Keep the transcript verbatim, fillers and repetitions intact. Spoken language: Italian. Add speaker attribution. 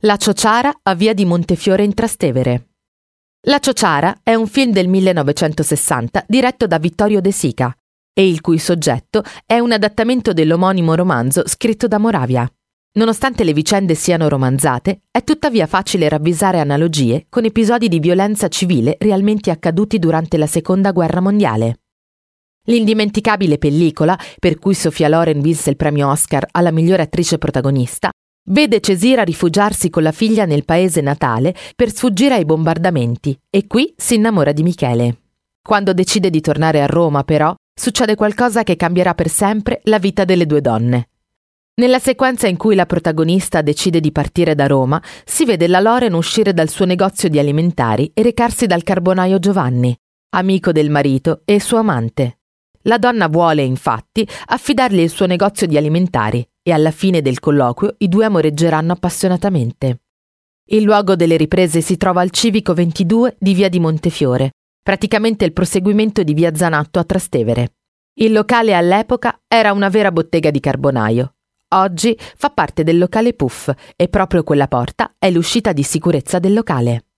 Speaker 1: La ciociara a via di Montefiore in Trastevere. La ciociara è un film del millenovecentosessanta diretto da Vittorio De Sica e il cui soggetto è un adattamento dell'omonimo romanzo scritto da Moravia. Nonostante le vicende siano romanzate, è tuttavia facile ravvisare analogie con episodi di violenza civile realmente accaduti durante la Seconda Guerra Mondiale. L'indimenticabile pellicola, per cui Sophia Loren vinse il premio Oscar alla migliore attrice protagonista, vede Cesira rifugiarsi con la figlia nel paese natale per sfuggire ai bombardamenti e qui si innamora di Michele. Quando decide di tornare a Roma, però, succede qualcosa che cambierà per sempre la vita delle due donne. Nella sequenza in cui la protagonista decide di partire da Roma, si vede la Loren uscire dal suo negozio di alimentari e recarsi dal carbonaio Giovanni, amico del marito e suo amante. La donna vuole, infatti, affidargli il suo negozio di alimentari e alla fine del colloquio i due amoreggeranno appassionatamente. Il luogo delle riprese si trova al civico ventidue di via di Montefiore, praticamente il proseguimento di via Zanatto a Trastevere. Il locale all'epoca era una vera bottega di carbonaio. Oggi fa parte del locale Puff e proprio quella porta è l'uscita di sicurezza del locale.